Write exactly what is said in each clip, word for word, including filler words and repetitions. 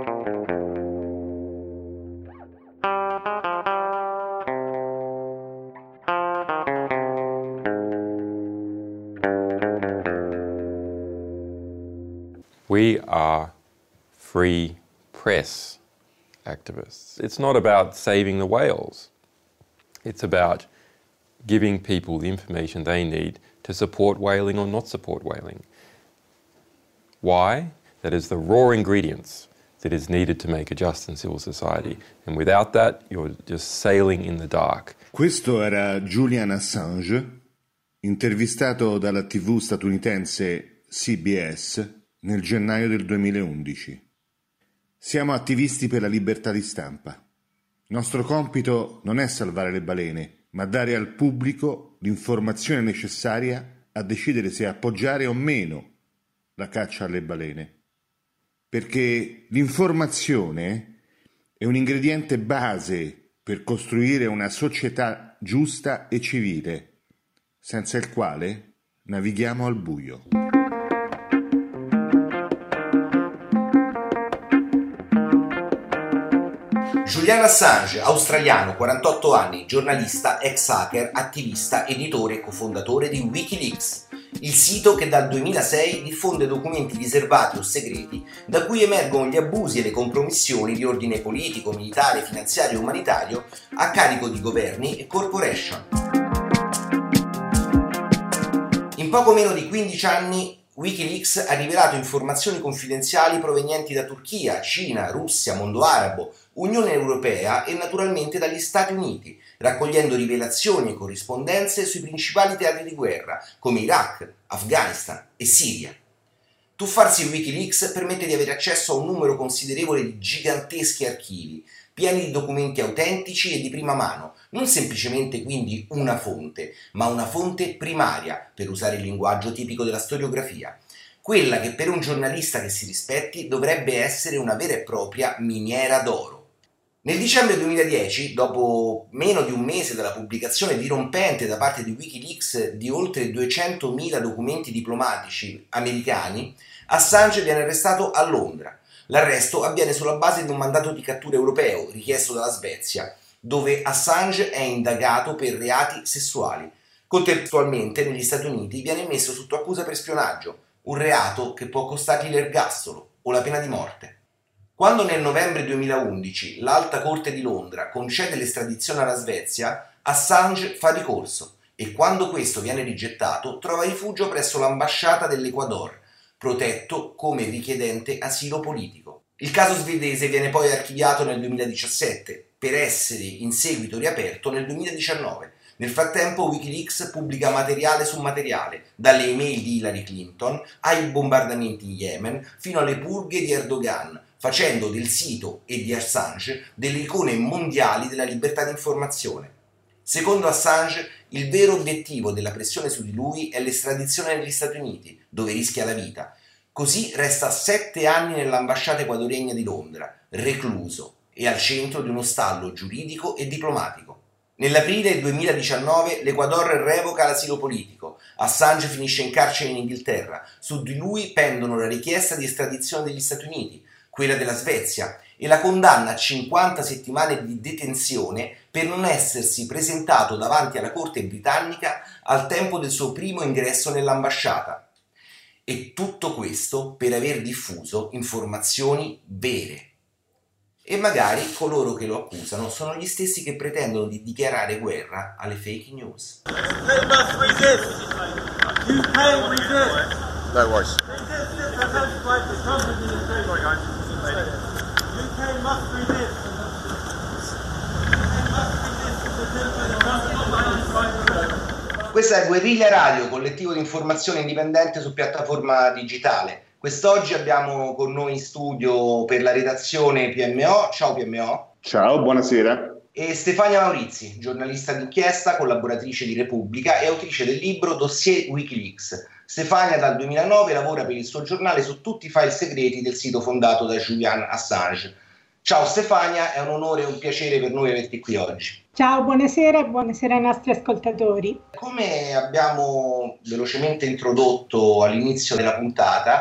We are free press activists. It's not about saving the whales. It's about giving people the information they need to support whaling or not support whaling. Why? That is the raw ingredients that is needed to make a just and civil society. And without that, you're just sailing in the dark. Questo era Julian Assange, intervistato dalla tivù statunitense C B S nel gennaio del duemilaundici. Siamo attivisti per la libertà di stampa. Il nostro compito non è salvare le balene, ma dare al pubblico l'informazione necessaria a decidere se appoggiare o meno la caccia alle balene. Perché l'informazione è un ingrediente base per costruire una società giusta e civile, senza il quale navighiamo al buio. Julian Assange, australiano, quarantotto anni, giornalista, ex hacker, attivista, editore e cofondatore di Wikileaks, il sito che dal duemilasei diffonde documenti riservati o segreti da cui emergono gli abusi e le compromissioni di ordine politico, militare, finanziario e umanitario a carico di governi e corporation. In poco meno di quindici anni Wikileaks ha rivelato informazioni confidenziali provenienti da Turchia, Cina, Russia, mondo arabo, Unione Europea e naturalmente dagli Stati Uniti, raccogliendo rivelazioni e corrispondenze sui principali teatri di guerra come Iraq, Afghanistan e Siria. Tuffarsi Wikileaks permette di avere accesso a un numero considerevole di giganteschi archivi, pieni di documenti autentici e di prima mano, non semplicemente quindi una fonte, ma una fonte primaria, per usare il linguaggio tipico della storiografia, quella che per un giornalista che si rispetti dovrebbe essere una vera e propria miniera d'oro. Nel dicembre duemiladieci, dopo meno di un mese dalla pubblicazione dirompente da parte di Wikileaks di oltre duecentomila documenti diplomatici americani, Assange viene arrestato a Londra. L'arresto avviene sulla base di un mandato di cattura europeo richiesto dalla Svezia, dove Assange è indagato per reati sessuali. Contestualmente negli Stati Uniti viene messo sotto accusa per spionaggio, un reato che può costargli l'ergastolo o la pena di morte. Quando nel novembre duemilaundici l'Alta Corte di Londra concede l'estradizione alla Svezia, Assange fa ricorso e quando questo viene rigettato trova rifugio presso l'ambasciata dell'Ecuador, protetto come richiedente asilo politico. Il caso svedese viene poi archiviato nel duemiladiciassette per essere in seguito riaperto nel duemiladiciannove. Nel frattempo Wikileaks pubblica materiale su materiale, dalle email di Hillary Clinton ai bombardamenti in Yemen fino alle purghe di Erdogan, facendo del sito e di Assange delle icone mondiali della libertà di informazione. Secondo Assange, il vero obiettivo della pressione su di lui è l'estradizione negli Stati Uniti, dove rischia la vita. Così resta sette anni nell'ambasciata ecuadoriana di Londra, recluso e al centro di uno stallo giuridico e diplomatico. Nell'aprile duemiladiciannove l'Ecuador revoca l'asilo politico, Assange finisce in carcere in Inghilterra, su di lui pendono la richiesta di estradizione degli Stati Uniti, quella della Svezia, e la condanna a cinquanta settimane di detenzione per non essersi presentato davanti alla corte britannica al tempo del suo primo ingresso nell'ambasciata. E tutto questo per aver diffuso informazioni vere. E magari coloro che lo accusano sono gli stessi che pretendono di dichiarare guerra alle fake news. They must resist. U K resist. No worries. U K must resist. Questa è Guerriglia Radio, collettivo di informazione indipendente su piattaforma digitale. Quest'oggi abbiamo con noi in studio per la redazione P M O. Ciao P M O. Ciao, buonasera. E Stefania Maurizi, giornalista d'inchiesta, collaboratrice di Repubblica e autrice del libro Dossier Wikileaks. Stefania dal duemilanove lavora per il suo giornale su tutti i file segreti del sito fondato da Julian Assange. Ciao Stefania, è un onore e un piacere per noi averti qui oggi. Ciao, buonasera e buonasera ai nostri ascoltatori. Come abbiamo velocemente introdotto all'inizio della puntata,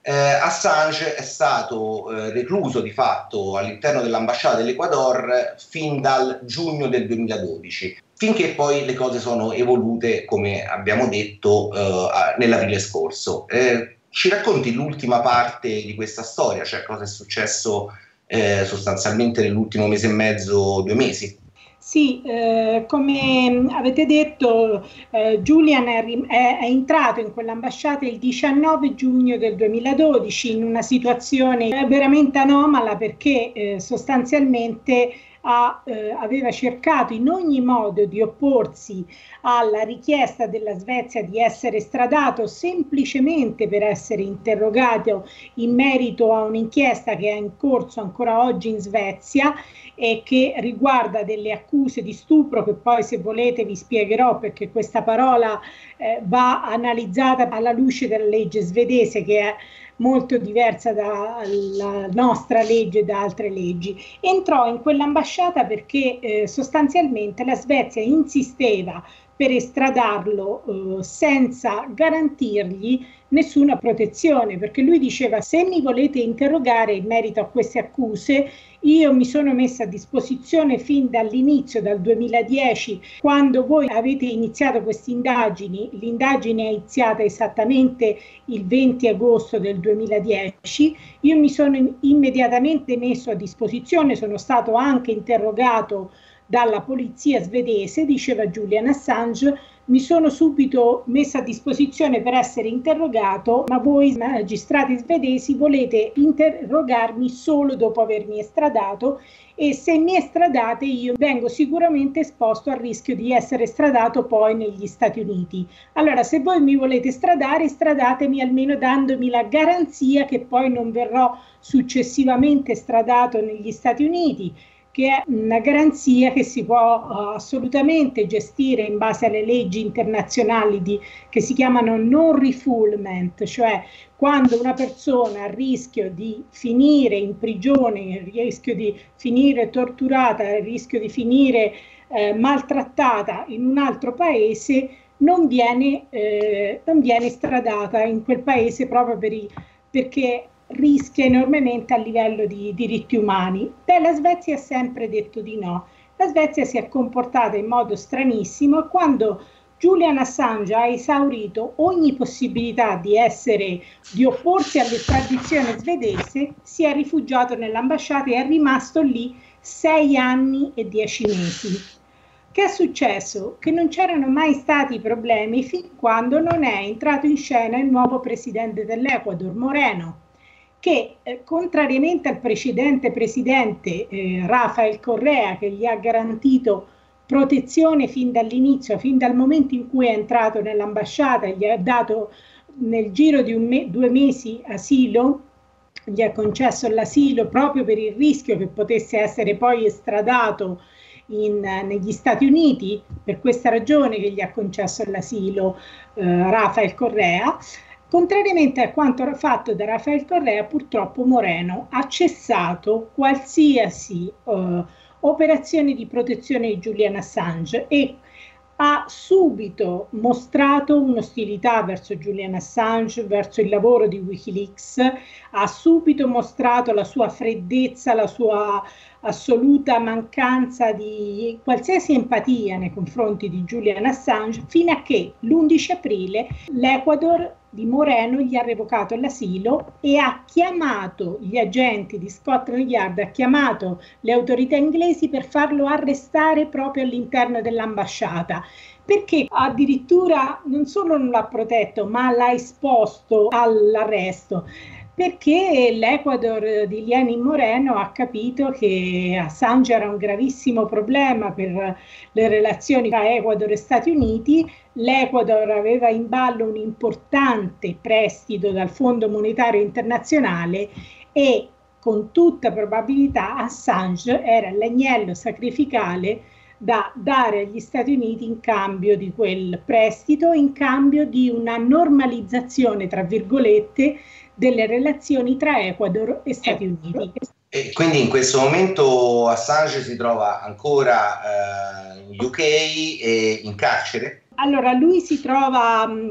eh, Assange è stato eh, recluso di fatto all'interno dell'ambasciata dell'Ecuador fin dal giugno del duemiladodici, finché poi le cose sono evolute, come abbiamo detto, eh, nell'aprile scorso. Eh, ci racconti l'ultima parte di questa storia, cioè cosa è successo eh, sostanzialmente nell'ultimo mese e mezzo, due mesi? Sì, eh, come avete detto, eh, Julian è, è, è entrato in quell'ambasciata il diciannove giugno del duemiladodici in una situazione veramente anomala, perché eh, sostanzialmente ha, eh, aveva cercato in ogni modo di opporsi alla richiesta della Svezia di essere estradato semplicemente per essere interrogato in merito a un'inchiesta che è in corso ancora oggi in Svezia e che riguarda delle accuse di stupro, che poi, se volete, vi spiegherò, perché questa parola eh, va analizzata alla luce della legge svedese, che è molto diversa dalla nostra legge e da altre leggi. Entrò in quell'ambasciata perché eh, sostanzialmente la Svezia insisteva per estradarlo eh, senza garantirgli nessuna protezione, perché lui diceva: se mi volete interrogare in merito a queste accuse, io mi sono messa a disposizione fin dall'inizio, dal duemiladieci, quando voi avete iniziato queste indagini. L'indagine è iniziata esattamente il venti agosto del duemiladieci. Io mi sono immediatamente messo a disposizione, sono stato anche interrogato dalla polizia svedese, diceva Julian Assange, mi sono subito messa a disposizione per essere interrogato, ma voi magistrati svedesi volete interrogarmi solo dopo avermi estradato, e se mi estradate io vengo sicuramente esposto al rischio di essere estradato poi negli Stati Uniti. Allora, se voi mi volete estradare, estradatemi almeno dandomi la garanzia che poi non verrò successivamente estradato negli Stati Uniti, che è una garanzia che si può uh, assolutamente gestire in base alle leggi internazionali di, che si chiamano non refoulement, cioè quando una persona ha il rischio di finire in prigione, il rischio di finire torturata, il rischio di finire eh, maltrattata in un altro paese, non viene, eh, non viene estradata in quel paese proprio per i, perché rischia enormemente a livello di diritti umani. Beh, la Svezia ha sempre detto di no. La Svezia si è comportata in modo stranissimo, e quando Julian Assange ha esaurito ogni possibilità di essere, di opporsi all'estradizione svedese, si è rifugiato nell'ambasciata e è rimasto lì sei anni e dieci mesi. Che è successo? Che non c'erano mai stati problemi fin quando non è entrato in scena il nuovo presidente dell'Ecuador, Moreno, che eh, contrariamente al precedente presidente eh, Rafael Correa, che gli ha garantito protezione fin dall'inizio, fin dal momento in cui è entrato nell'ambasciata, gli ha dato nel giro di un me- due mesi asilo, gli ha concesso l'asilo proprio per il rischio che potesse essere poi estradato in, negli Stati Uniti, per questa ragione che gli ha concesso l'asilo eh, Rafael Correa. Contrariamente a quanto fatto da Rafael Correa, purtroppo Moreno ha cessato qualsiasi uh, operazione di protezione di Julian Assange e ha subito mostrato un'ostilità verso Julian Assange, verso il lavoro di Wikileaks, ha subito mostrato la sua freddezza, la sua assoluta mancanza di qualsiasi empatia nei confronti di Julian Assange, fino a che l'undici aprile l'Ecuador di Moreno gli ha revocato l'asilo e ha chiamato gli agenti di Scotland Yard, ha chiamato le autorità inglesi per farlo arrestare proprio all'interno dell'ambasciata, perché addirittura non solo non l'ha protetto, ma l'ha esposto all'arresto. Perché l'Ecuador di Lenín Moreno ha capito che Assange era un gravissimo problema per le relazioni tra Ecuador e Stati Uniti. L'Ecuador aveva in ballo un importante prestito dal Fondo Monetario Internazionale e con tutta probabilità Assange era l'agnello sacrificale da dare agli Stati Uniti in cambio di quel prestito, in cambio di una normalizzazione, tra virgolette, delle relazioni tra Ecuador e Stati Uniti. E quindi in questo momento Assange si trova ancora eh, in U K e in carcere? Allora, lui si trova mh,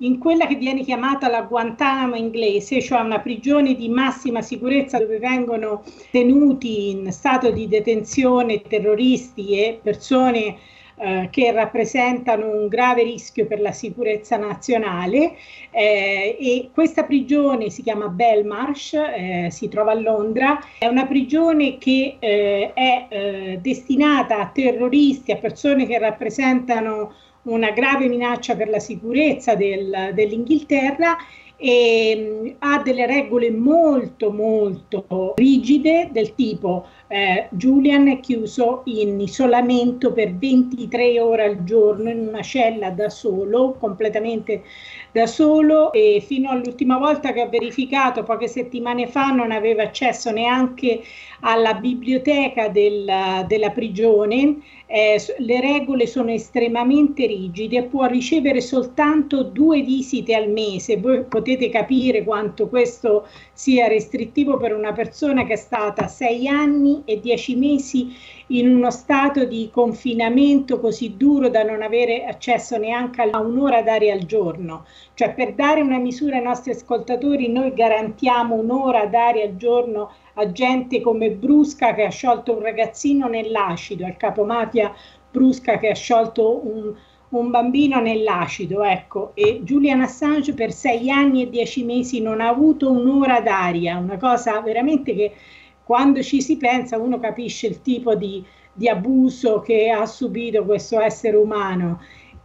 in quella che viene chiamata la Guantanamo inglese, cioè una prigione di massima sicurezza dove vengono tenuti in stato di detenzione terroristi e persone eh, che rappresentano un grave rischio per la sicurezza nazionale, eh, e questa prigione si chiama Belmarsh, eh, si trova a Londra, è una prigione che eh, è eh, destinata a terroristi, a persone che rappresentano una grave minaccia per la sicurezza del, dell'Inghilterra, e mh, ha delle regole molto molto rigide del tipo eh, Julian è chiuso in isolamento per ventitré ore al giorno in una cella da solo, completamente da solo, e fino all'ultima volta che ho verificato poche settimane fa non aveva accesso neanche alla biblioteca del, della prigione. Eh, le regole sono estremamente rigide, può ricevere soltanto due visite al mese. Voi potete capire quanto questo sia restrittivo per una persona che è stata sei anni e dieci mesi in uno stato di confinamento così duro da non avere accesso neanche a un'ora d'aria al giorno. Cioè, per dare una misura ai nostri ascoltatori, noi garantiamo un'ora d'aria al giorno a gente come Brusca, che ha sciolto un ragazzino nell'acido, al capomafia Brusca che ha sciolto un, un bambino nell'acido, ecco. E Julian Assange per sei anni e dieci mesi non ha avuto un'ora d'aria, una cosa veramente che quando ci si pensa uno capisce il tipo di, di abuso che ha subito questo essere umano.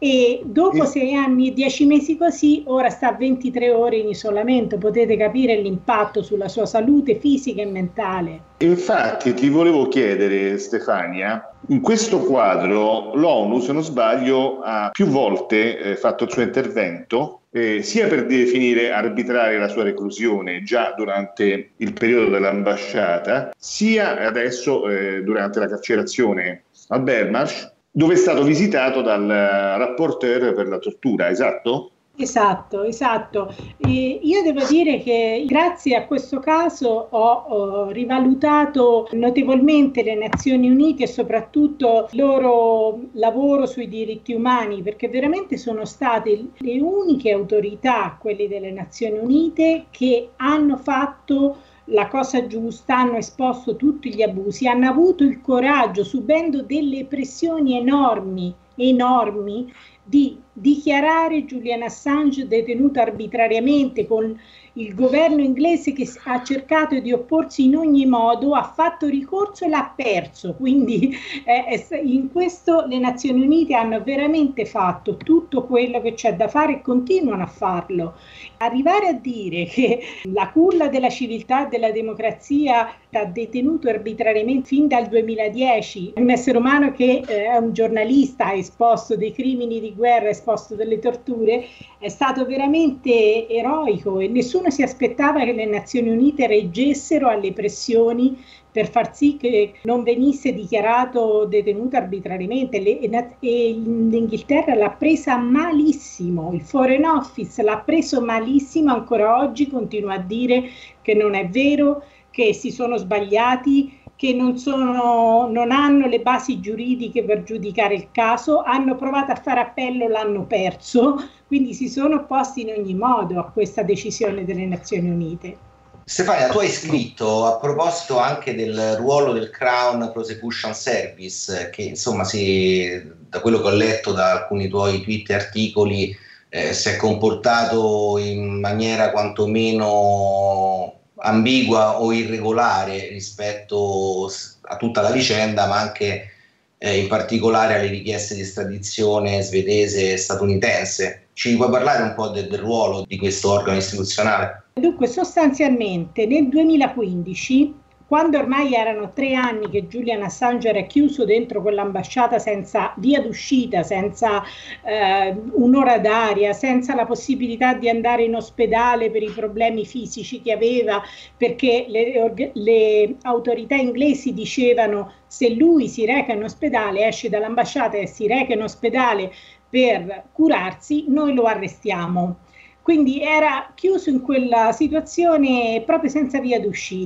E dopo sei anni e dieci mesi così, ora sta ventitré ore in isolamento. Potete capire l'impatto sulla sua salute fisica e mentale. Infatti ti volevo chiedere, Stefania, in questo quadro l'ONU, se non sbaglio, ha più volte eh, fatto il suo intervento, eh, sia per definire arbitraria la sua reclusione già durante il periodo dell'ambasciata, sia adesso eh, durante la carcerazione a Belmarsh, dove è stato visitato dal rapporteur per la tortura, esatto? Esatto, esatto. E io devo dire che grazie a questo caso ho, ho rivalutato notevolmente le Nazioni Unite e soprattutto il loro lavoro sui diritti umani, perché veramente sono state le uniche autorità, quelle delle Nazioni Unite, che hanno fatto la cosa giusta, hanno esposto tutti gli abusi, hanno avuto il coraggio, subendo delle pressioni enormi, enormi, di dichiarare Julian Assange detenuto arbitrariamente, con il governo inglese che ha cercato di opporsi in ogni modo, ha fatto ricorso e l'ha perso. Quindi eh, in questo le Nazioni Unite hanno veramente fatto tutto quello che c'è da fare e continuano a farlo. Arrivare a dire che la culla della civiltà e della democrazia ha detenuto arbitrariamente fin dal duemiladieci un essere umano che eh, è un giornalista, ha esposto dei crimini di guerra, ha esposto delle torture, è stato veramente eroico, e nessuno si aspettava che le Nazioni Unite reggessero alle pressioni per far sì che non venisse dichiarato detenuto arbitrariamente. Le, e l'Inghilterra l'ha presa malissimo, il Foreign Office l'ha preso malissimo, ancora oggi continua a dire che non è vero, che si sono sbagliati, che non, sono, non hanno le basi giuridiche per giudicare il caso, hanno provato a fare appello, l'hanno perso, quindi si sono opposti in ogni modo a questa decisione delle Nazioni Unite. Stefania, tu hai scritto a proposito anche del ruolo del Crown Prosecution Service, che insomma si, da quello che ho letto da alcuni tuoi tweet e articoli, eh, si è comportato in maniera quantomeno ambigua o irregolare rispetto a tutta la vicenda, ma anche eh, in particolare alle richieste di estradizione svedese e statunitense. Ci puoi parlare un po' del, del ruolo di questo organo istituzionale? Dunque, sostanzialmente nel duemilaquindici, quando ormai erano tre anni che Julian Assange era chiuso dentro quell'ambasciata senza via d'uscita, senza eh, un'ora d'aria, senza la possibilità di andare in ospedale per i problemi fisici che aveva, perché le, le autorità inglesi dicevano: se lui si reca in ospedale, esce dall'ambasciata e si reca in ospedale per curarsi, noi lo arrestiamo. Quindi era chiuso in quella situazione proprio senza via d'uscita.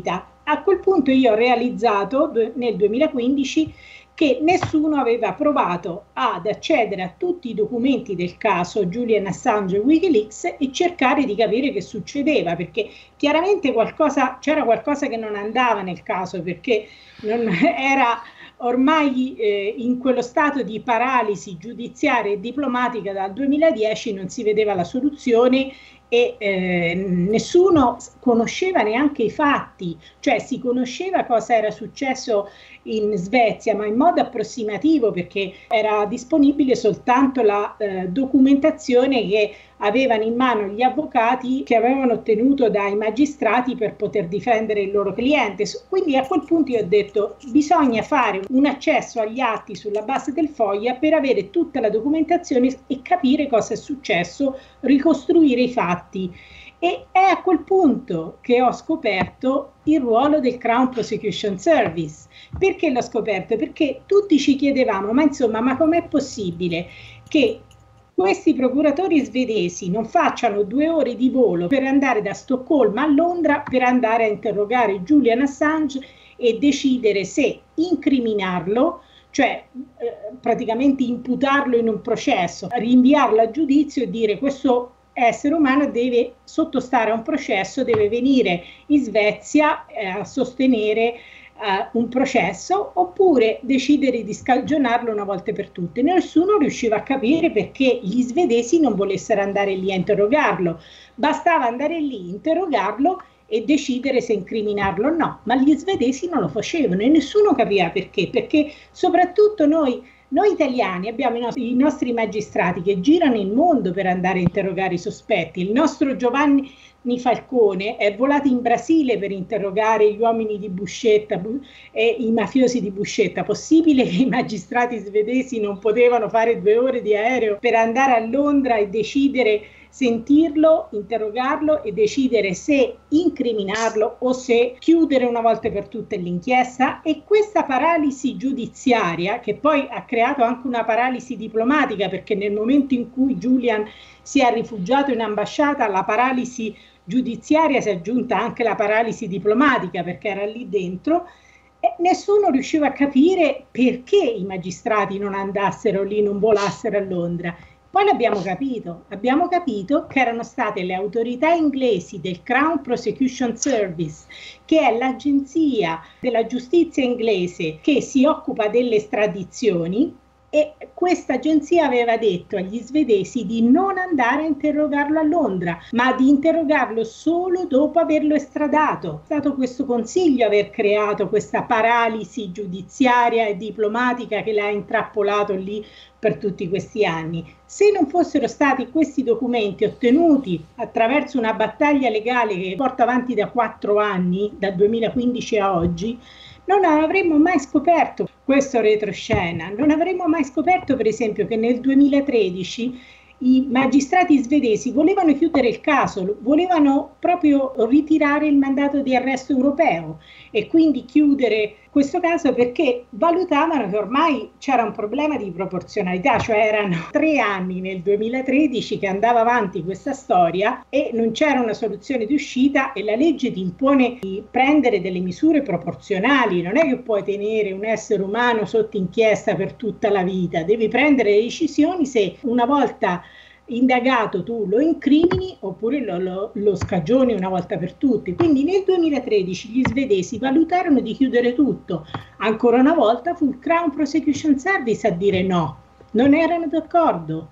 A quel punto io ho realizzato nel duemilaquindici che nessuno aveva provato ad accedere a tutti i documenti del caso Julian Assange e Wikileaks e cercare di capire che succedeva, perché chiaramente qualcosa, c'era qualcosa che non andava nel caso, perché non era ormai eh, in quello stato di paralisi giudiziaria e diplomatica dal duemiladieci, non si vedeva la soluzione e eh, nessuno conosceva neanche i fatti, cioè si conosceva cosa era successo in Svezia, ma in modo approssimativo, perché era disponibile soltanto la eh, documentazione che avevano in mano gli avvocati che avevano ottenuto dai magistrati per poter difendere il loro cliente. Quindi a quel punto io ho detto bisogna fare un accesso agli atti sulla base del FOIA per avere tutta la documentazione e capire cosa è successo, ricostruire i fatti. E è a quel punto che ho scoperto il ruolo del Crown Prosecution Service. Perché l'ho scoperto? Perché tutti ci chiedevamo, ma insomma, ma com'è possibile che questi procuratori svedesi non facciano due ore di volo per andare da Stoccolma a Londra per andare a interrogare Julian Assange e decidere se incriminarlo, cioè eh, praticamente imputarlo in un processo, rinviarlo a giudizio e dire questo essere umano deve sottostare a un processo, deve venire in Svezia eh, a sostenere Uh, un processo, oppure decidere di scagionarlo una volta per tutte. Nessuno riusciva a capire perché gli svedesi non volessero andare lì a interrogarlo. Bastava andare lì, interrogarlo e decidere se incriminarlo o no, ma gli svedesi non lo facevano e nessuno capiva perché, perché soprattutto noi Noi italiani abbiamo i nostri, i nostri magistrati che girano il mondo per andare a interrogare i sospetti. Il nostro Giovanni Falcone è volato in Brasile per interrogare gli uomini di Buscetta e i mafiosi di Buscetta. Possibile che i magistrati svedesi non potevano fare due ore di aereo per andare a Londra e decidere, sentirlo, interrogarlo e decidere se incriminarlo o se chiudere una volta per tutte l'inchiesta? E questa paralisi giudiziaria, che poi ha creato anche una paralisi diplomatica, perché nel momento in cui Julian si è rifugiato in ambasciata, alla paralisi giudiziaria si è aggiunta anche la paralisi diplomatica, perché era lì dentro, e nessuno riusciva a capire perché i magistrati non andassero lì, non volassero a Londra. Poi l'abbiamo capito, abbiamo capito che erano state le autorità inglesi del Crown Prosecution Service, che è l'agenzia della giustizia inglese che si occupa delle estradizioni, e questa agenzia aveva detto agli svedesi di non andare a interrogarlo a Londra, ma di interrogarlo solo dopo averlo estradato. È stato questo consiglio aver creato questa paralisi giudiziaria e diplomatica che l'ha intrappolato lì per tutti questi anni. Se non fossero stati questi documenti ottenuti attraverso una battaglia legale che porta avanti da quattro anni, dal duemilaquindici a oggi, non avremmo mai scoperto questo retroscena, non avremmo mai scoperto per esempio che nel duemilatredici i magistrati svedesi volevano chiudere il caso, volevano proprio ritirare il mandato di arresto europeo e quindi chiudere questo caso perché valutavano che ormai c'era un problema di proporzionalità, cioè erano tre anni nel duemilatredici che andava avanti questa storia e non c'era una soluzione di uscita e la legge ti impone di prendere delle misure proporzionali, non è che puoi tenere un essere umano sotto inchiesta per tutta la vita, devi prendere le decisioni se una volta indagato tu lo incrimini oppure lo, lo, lo scagioni una volta per tutte. Quindi nel duemilatredici gli svedesi valutarono di chiudere tutto. Ancora una volta fu il Crown Prosecution Service a dire no, non erano d'accordo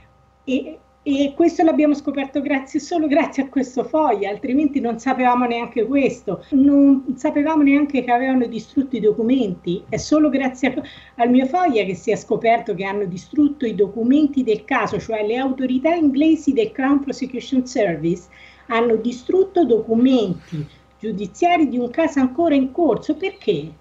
e, e questo l'abbiamo scoperto grazie, solo grazie a questo FOIA, altrimenti non sapevamo neanche questo, non sapevamo neanche che avevano distrutto i documenti. È solo grazie a, al mio FOIA che si è scoperto che hanno distrutto i documenti del caso, cioè le autorità inglesi del Crown Prosecution Service hanno distrutto documenti giudiziari di un caso ancora in corso. Perché?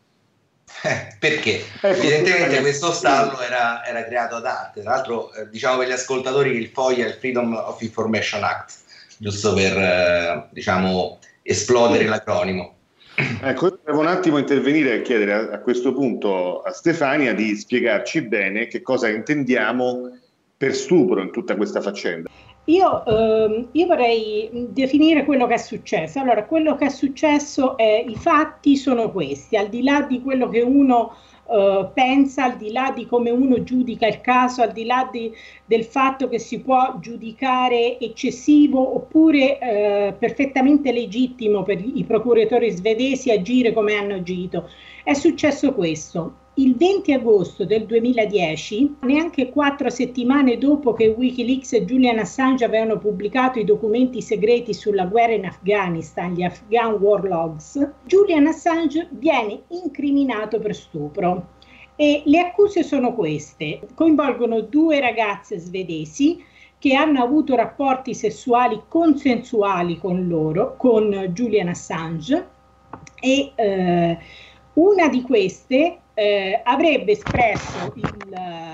Eh, perché evidentemente questo stallo era, era creato ad arte. Tra l'altro eh, diciamo per gli ascoltatori che il FOIA è il Freedom of Information Act, giusto per eh, diciamo esplodere l'acronimo. Ecco, devo un attimo intervenire e chiedere a, a questo punto a Stefania di spiegarci bene che cosa intendiamo per stupro in tutta questa faccenda. Io, ehm, io vorrei definire quello che è successo. Allora, quello che è successo è, i fatti sono questi, al di là di quello che uno eh, pensa, al di là di come uno giudica il caso, al di là di, del fatto che si può giudicare eccessivo oppure eh, perfettamente legittimo per i procuratori svedesi agire come hanno agito. È successo questo. Il venti agosto del duemiladieci, neanche quattro settimane dopo che Wikileaks e Julian Assange avevano pubblicato i documenti segreti sulla guerra in Afghanistan, gli Afghan War Logs, Julian Assange viene incriminato per stupro. E le accuse sono queste: coinvolgono due ragazze svedesi che hanno avuto rapporti sessuali consensuali con loro, con Julian Assange, e eh, una di queste eh, avrebbe espresso il,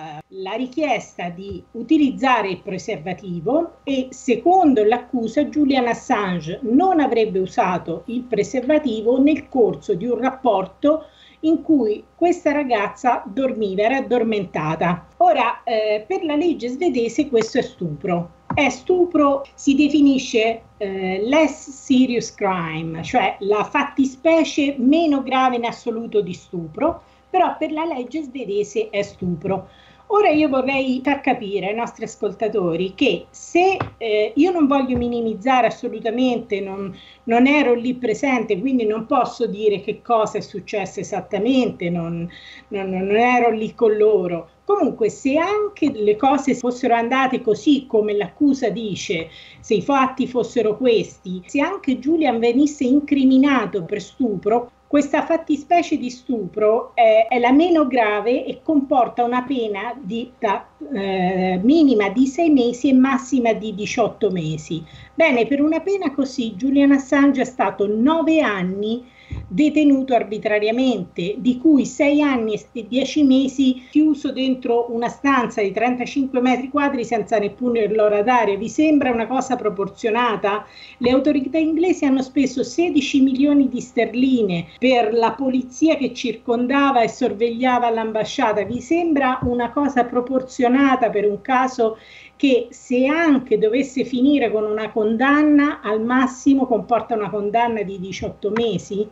la richiesta di utilizzare il preservativo e, secondo l'accusa, Julian Assange non avrebbe usato il preservativo nel corso di un rapporto in cui questa ragazza dormiva, era addormentata. Ora, eh, per la legge svedese questo è stupro. È stupro, si definisce eh, less serious crime, cioè la fattispecie meno grave in assoluto di stupro, però per la legge svedese è stupro. Ora io vorrei far capire ai nostri ascoltatori che se eh, io non voglio minimizzare assolutamente, non, non ero lì presente, quindi non posso dire che cosa è successo esattamente, non, non, non ero lì con loro. Comunque, se anche le cose fossero andate così come l'accusa dice, se i fatti fossero questi, se anche Julian venisse incriminato per stupro, questa fattispecie di stupro è, è la meno grave e comporta una pena di, da, eh, minima di sei mesi e massima di diciotto mesi. Bene, per una pena così Julian Assange è stato nove anni detenuto arbitrariamente, di cui sei anni e dieci mesi chiuso dentro una stanza di trentacinque metri quadri senza neppure l'ora d'aria. Vi sembra una cosa proporzionata? Le autorità inglesi hanno speso sedici milioni di sterline per la polizia che circondava e sorvegliava l'ambasciata. Vi sembra una cosa proporzionata per un caso che, se anche dovesse finire con una condanna, al massimo comporta una condanna di diciotto mesi?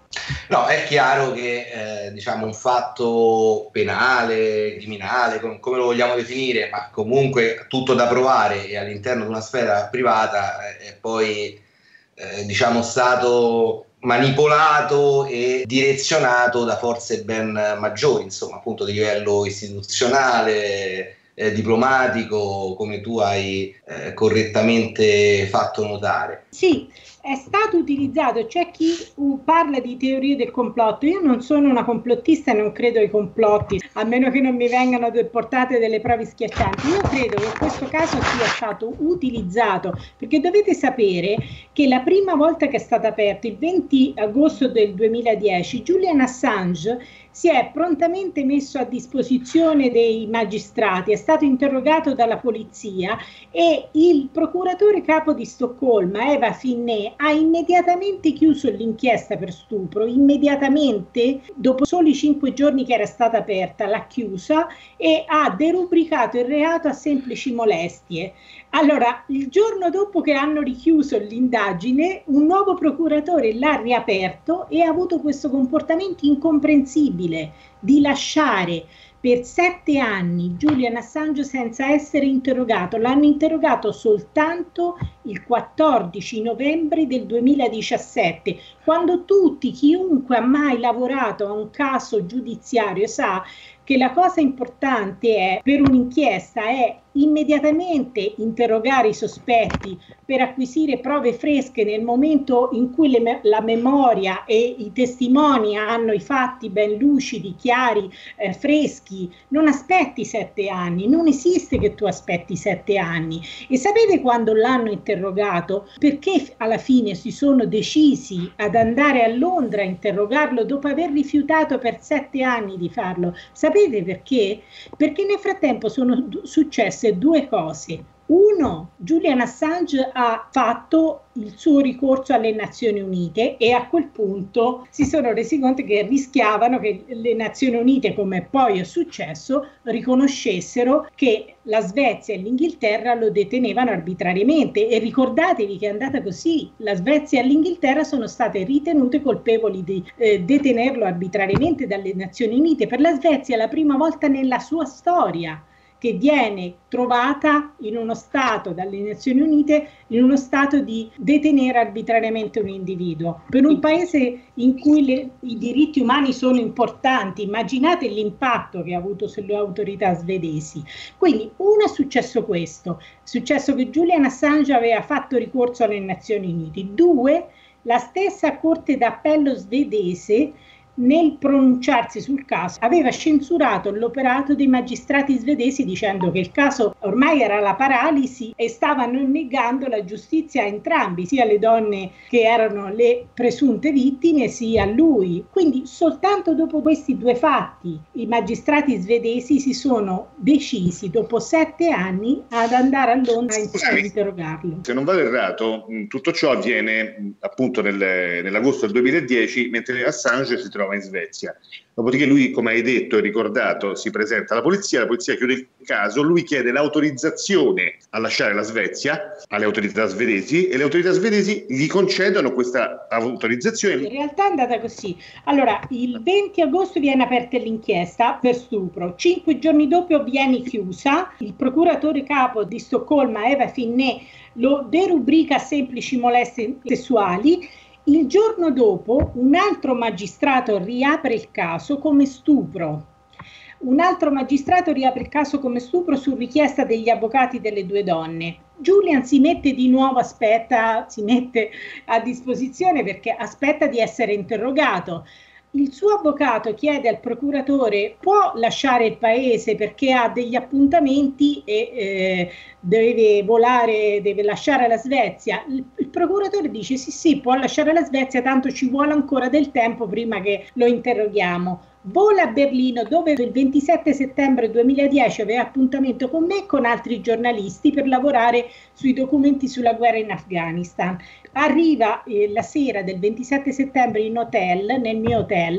No, è chiaro che eh, diciamo un fatto penale, criminale, com- come lo vogliamo definire, ma comunque tutto da provare e all'interno di una sfera privata è eh, poi eh, diciamo stato manipolato e direzionato da forze ben maggiori, insomma, appunto di livello istituzionale, eh, diplomatico, come tu hai eh, correttamente fatto notare. Sì, è stato utilizzato. C'è chi uh, parla di teorie del complotto. Io non sono una complottista e non credo ai complotti, a meno che non mi vengano portate delle prove schiaccianti. Io credo che questo caso sia stato utilizzato, perché dovete sapere che la prima volta che è stato aperto, il venti agosto del duemiladieci, Julian Assange si è prontamente messo a disposizione dei magistrati, è stato interrogato dalla polizia e il procuratore capo di Stoccolma, Eva Finney, ha immediatamente chiuso l'inchiesta per stupro, immediatamente, dopo soli cinque giorni che era stata aperta, l'ha chiusa e ha derubricato il reato a semplici molestie. Allora, il giorno dopo che hanno richiuso l'indagine, un nuovo procuratore l'ha riaperto e ha avuto questo comportamento incomprensibile di lasciare per sette anni Julian Assange senza essere interrogato. L'hanno interrogato soltanto il quattordici novembre del duemiladiciassette, quando tutti, chiunque ha mai lavorato a un caso giudiziario sa che la cosa importante è, per un'inchiesta, è immediatamente interrogare i sospetti per acquisire prove fresche nel momento in cui le me- la memoria e i testimoni hanno i fatti ben lucidi, chiari, eh, freschi. Non aspetti sette anni, non esiste che tu aspetti sette anni. E sapete quando l'hanno interrogato? Perché alla fine si sono decisi ad andare a Londra a interrogarlo dopo aver rifiutato per sette anni di farlo? Sapete perché? Perché nel frattempo sono d- successe due cose. Uno, Julian Assange ha fatto il suo ricorso alle Nazioni Unite e a quel punto si sono resi conto che rischiavano che le Nazioni Unite, come poi è successo, riconoscessero che la Svezia e l'Inghilterra lo detenevano arbitrariamente. E ricordatevi che è andata così: la Svezia e l'Inghilterra sono state ritenute colpevoli di eh, detenerlo arbitrariamente dalle Nazioni Unite. Per la Svezia è la prima volta nella sua storia che viene trovata in uno stato dalle Nazioni Unite, in uno stato di detenere arbitrariamente un individuo. Per un paese in cui le, i diritti umani sono importanti, immaginate l'impatto che ha avuto sulle autorità svedesi. Quindi, uno, è successo questo, è successo che Julian Assange aveva fatto ricorso alle Nazioni Unite. Due, la stessa Corte d'Appello svedese, nel pronunciarsi sul caso, aveva censurato l'operato dei magistrati svedesi dicendo che il caso ormai era alla paralisi e stavano negando la giustizia a entrambi, sia le donne che erano le presunte vittime sia lui. Quindi soltanto dopo questi due fatti i magistrati svedesi si sono decisi, dopo sette anni, ad andare a Londra a interrogarlo. Se non vado errato, tutto ciò avviene appunto nel, nell'agosto del duemiladieci, mentre Assange si trova in Svezia. Dopodiché lui, come hai detto e ricordato, si presenta alla polizia, la polizia chiude il caso, lui chiede l'autorizzazione a lasciare la Svezia alle autorità svedesi e le autorità svedesi gli concedono questa autorizzazione. In realtà è andata così. Allora, il venti agosto viene aperta l'inchiesta per stupro, cinque giorni dopo viene chiusa, il procuratore capo di Stoccolma, Eva Finney, lo derubrica a semplici molestie sessuali. Il giorno dopo un altro magistrato riapre il caso come stupro. Un altro magistrato riapre il caso come stupro su richiesta degli avvocati delle due donne. Julian si mette di nuovo, aspetta, si mette a disposizione perché aspetta di essere interrogato. Il suo avvocato chiede al procuratore: può lasciare il paese perché ha degli appuntamenti e eh, deve volare, deve lasciare la Svezia. Il, il procuratore dice sì sì, può lasciare la Svezia, tanto ci vuole ancora del tempo prima che lo interroghiamo. Vola a Berlino, dove il ventisette settembre duemiladieci aveva appuntamento con me e con altri giornalisti per lavorare sui documenti sulla guerra in Afghanistan. Arriva eh, la sera del ventisette settembre in hotel, nel mio hotel,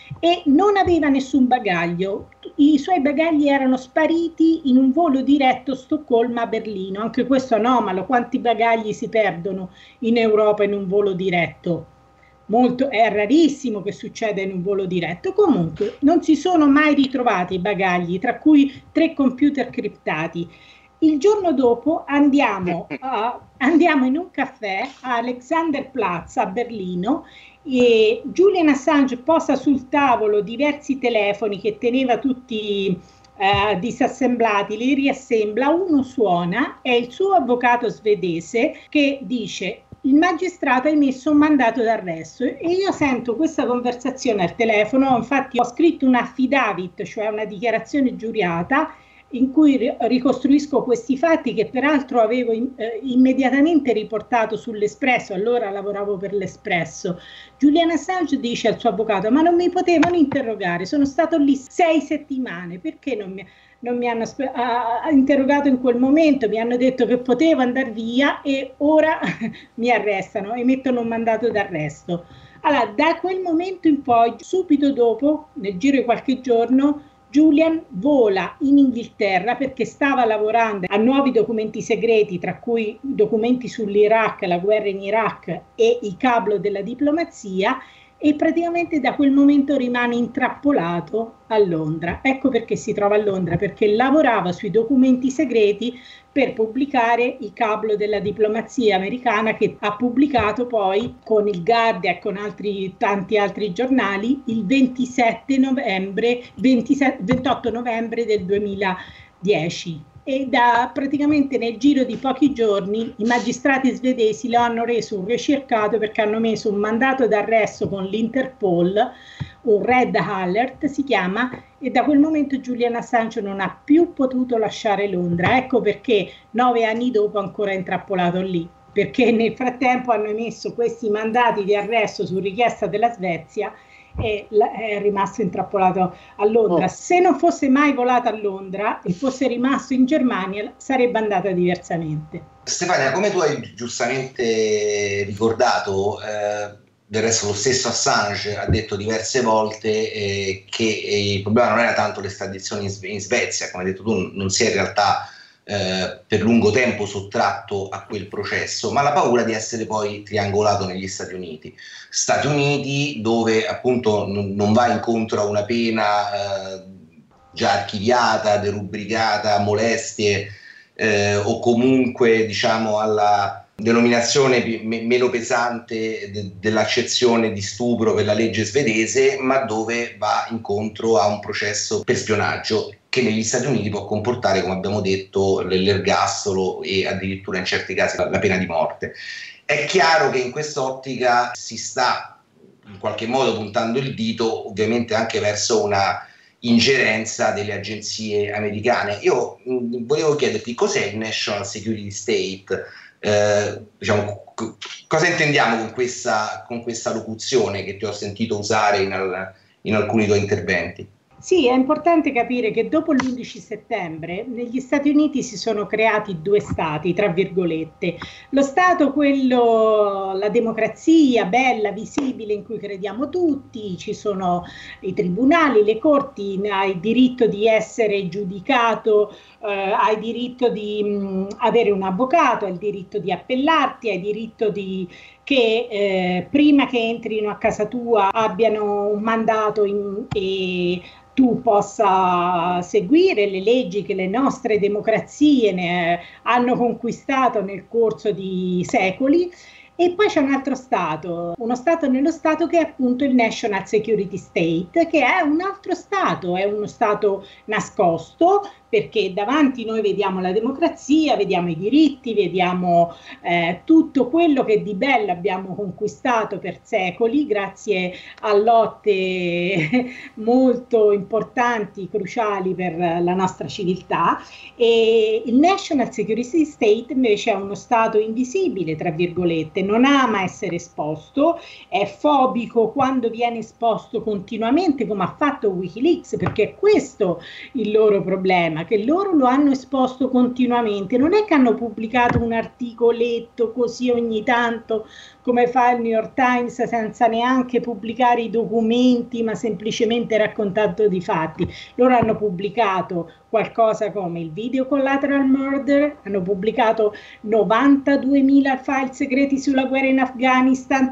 e non aveva nessun bagaglio. I suoi bagagli erano spariti in un volo diretto Stoccolma-Berlino. Anche questo anomalo, quanti bagagli si perdono in Europa in un volo diretto? Molto, è rarissimo che succeda in un volo diretto. Comunque non si sono mai ritrovati i bagagli, tra cui tre computer criptati. Il giorno dopo andiamo, a, andiamo in un caffè a Alexanderplatz a Berlino e Julian Assange posa sul tavolo diversi telefoni che teneva tutti eh, disassemblati, li riassembla, uno suona, è il suo avvocato svedese che dice: il magistrato ha emesso un mandato d'arresto. E io sento questa conversazione al telefono. Infatti ho scritto un affidavit, cioè una dichiarazione giurata, in cui ricostruisco questi fatti che peraltro avevo in, eh, immediatamente riportato sull'Espresso. Allora lavoravo per l'Espresso. Julian Assange dice al suo avvocato: ma non mi potevano interrogare, sono stato lì sei settimane, perché non mi, non mi hanno uh, interrogato in quel momento? Mi hanno detto che potevo andare via e ora mi arrestano, emettono un mandato d'arresto. Allora, da quel momento in poi, subito dopo, nel giro di qualche giorno, Julian vola in Inghilterra perché stava lavorando a nuovi documenti segreti, tra cui documenti sull'Iraq, la guerra in Iraq e i cablo della diplomazia, e praticamente da quel momento rimane intrappolato a Londra. Ecco perché si trova a Londra, perché lavorava sui documenti segreti per pubblicare i cablo della diplomazia americana, che ha pubblicato poi con il Guardian e con altri, tanti altri giornali il ventisette novembre, ventisette, ventotto novembre del duemiladieci. E da praticamente nel giro di pochi giorni i magistrati svedesi lo hanno reso un ricercato, perché hanno messo un mandato d'arresto con l'Interpol, un Red Alert si chiama, e da quel momento Julian Assange non ha più potuto lasciare Londra. Ecco perché nove anni dopo ancora è intrappolato lì, perché nel frattempo hanno emesso questi mandati di arresto su richiesta della Svezia e è rimasto intrappolato a Londra. Oh. Se non fosse mai volato a Londra e fosse rimasto in Germania, sarebbe andata diversamente. Stefania, come tu hai giustamente ricordato, eh, del resto lo stesso Assange ha detto diverse volte eh, che eh, il problema non era tanto l'estradizione in, Sve- in Svezia, come hai detto tu, non si è in realtà eh, per lungo tempo sottratto a quel processo, ma la paura di essere poi triangolato negli Stati Uniti. Stati Uniti dove appunto non, non va incontro a una pena eh, già archiviata, derubricata, molestie eh, o comunque diciamo alla denominazione p- meno pesante de- dell'accezione di stupro per la legge svedese, ma dove va incontro a un processo per spionaggio che negli Stati Uniti può comportare, come abbiamo detto, l'ergastolo e addirittura in certi casi la pena di morte. È chiaro che in quest'ottica si sta in qualche modo puntando il dito ovviamente anche verso una ingerenza delle agenzie americane. Io mh, volevo chiederti cos'è il National Security State. Eh, diciamo, c- cosa intendiamo con questa, con questa locuzione che ti ho sentito usare in, al, in alcuni tuoi interventi? Sì, è importante capire che dopo l'undici settembre negli Stati Uniti si sono creati due stati, tra virgolette. Lo stato, quello, la democrazia bella, visibile, in cui crediamo tutti, ci sono i tribunali, le corti, hai diritto di essere giudicato, eh, hai diritto di mh, avere un avvocato, hai il diritto di appellarti, hai diritto di che eh, prima che entrino a casa tua abbiano un mandato in, e tu possa seguire le leggi che le nostre democrazie ne hanno conquistato nel corso di secoli. E poi c'è un altro stato, uno stato nello stato che è appunto il National Security State, che è un altro stato, è uno stato nascosto, perché davanti noi vediamo la democrazia, vediamo i diritti, vediamo eh, tutto quello che di bello abbiamo conquistato per secoli, grazie a lotte molto importanti, cruciali per la nostra civiltà. E il National Security State invece è uno stato invisibile, tra virgolette, non ama essere esposto, è fobico quando viene esposto continuamente, come ha fatto Wikileaks, perché è questo il loro problema, che loro lo hanno esposto continuamente. Non è che hanno pubblicato un articoletto così ogni tanto come fa il New York Times senza neanche pubblicare i documenti, ma semplicemente raccontando di fatti. Loro hanno pubblicato qualcosa come il video collateral murder, hanno pubblicato novantaduemila file segreti sulla guerra in Afghanistan,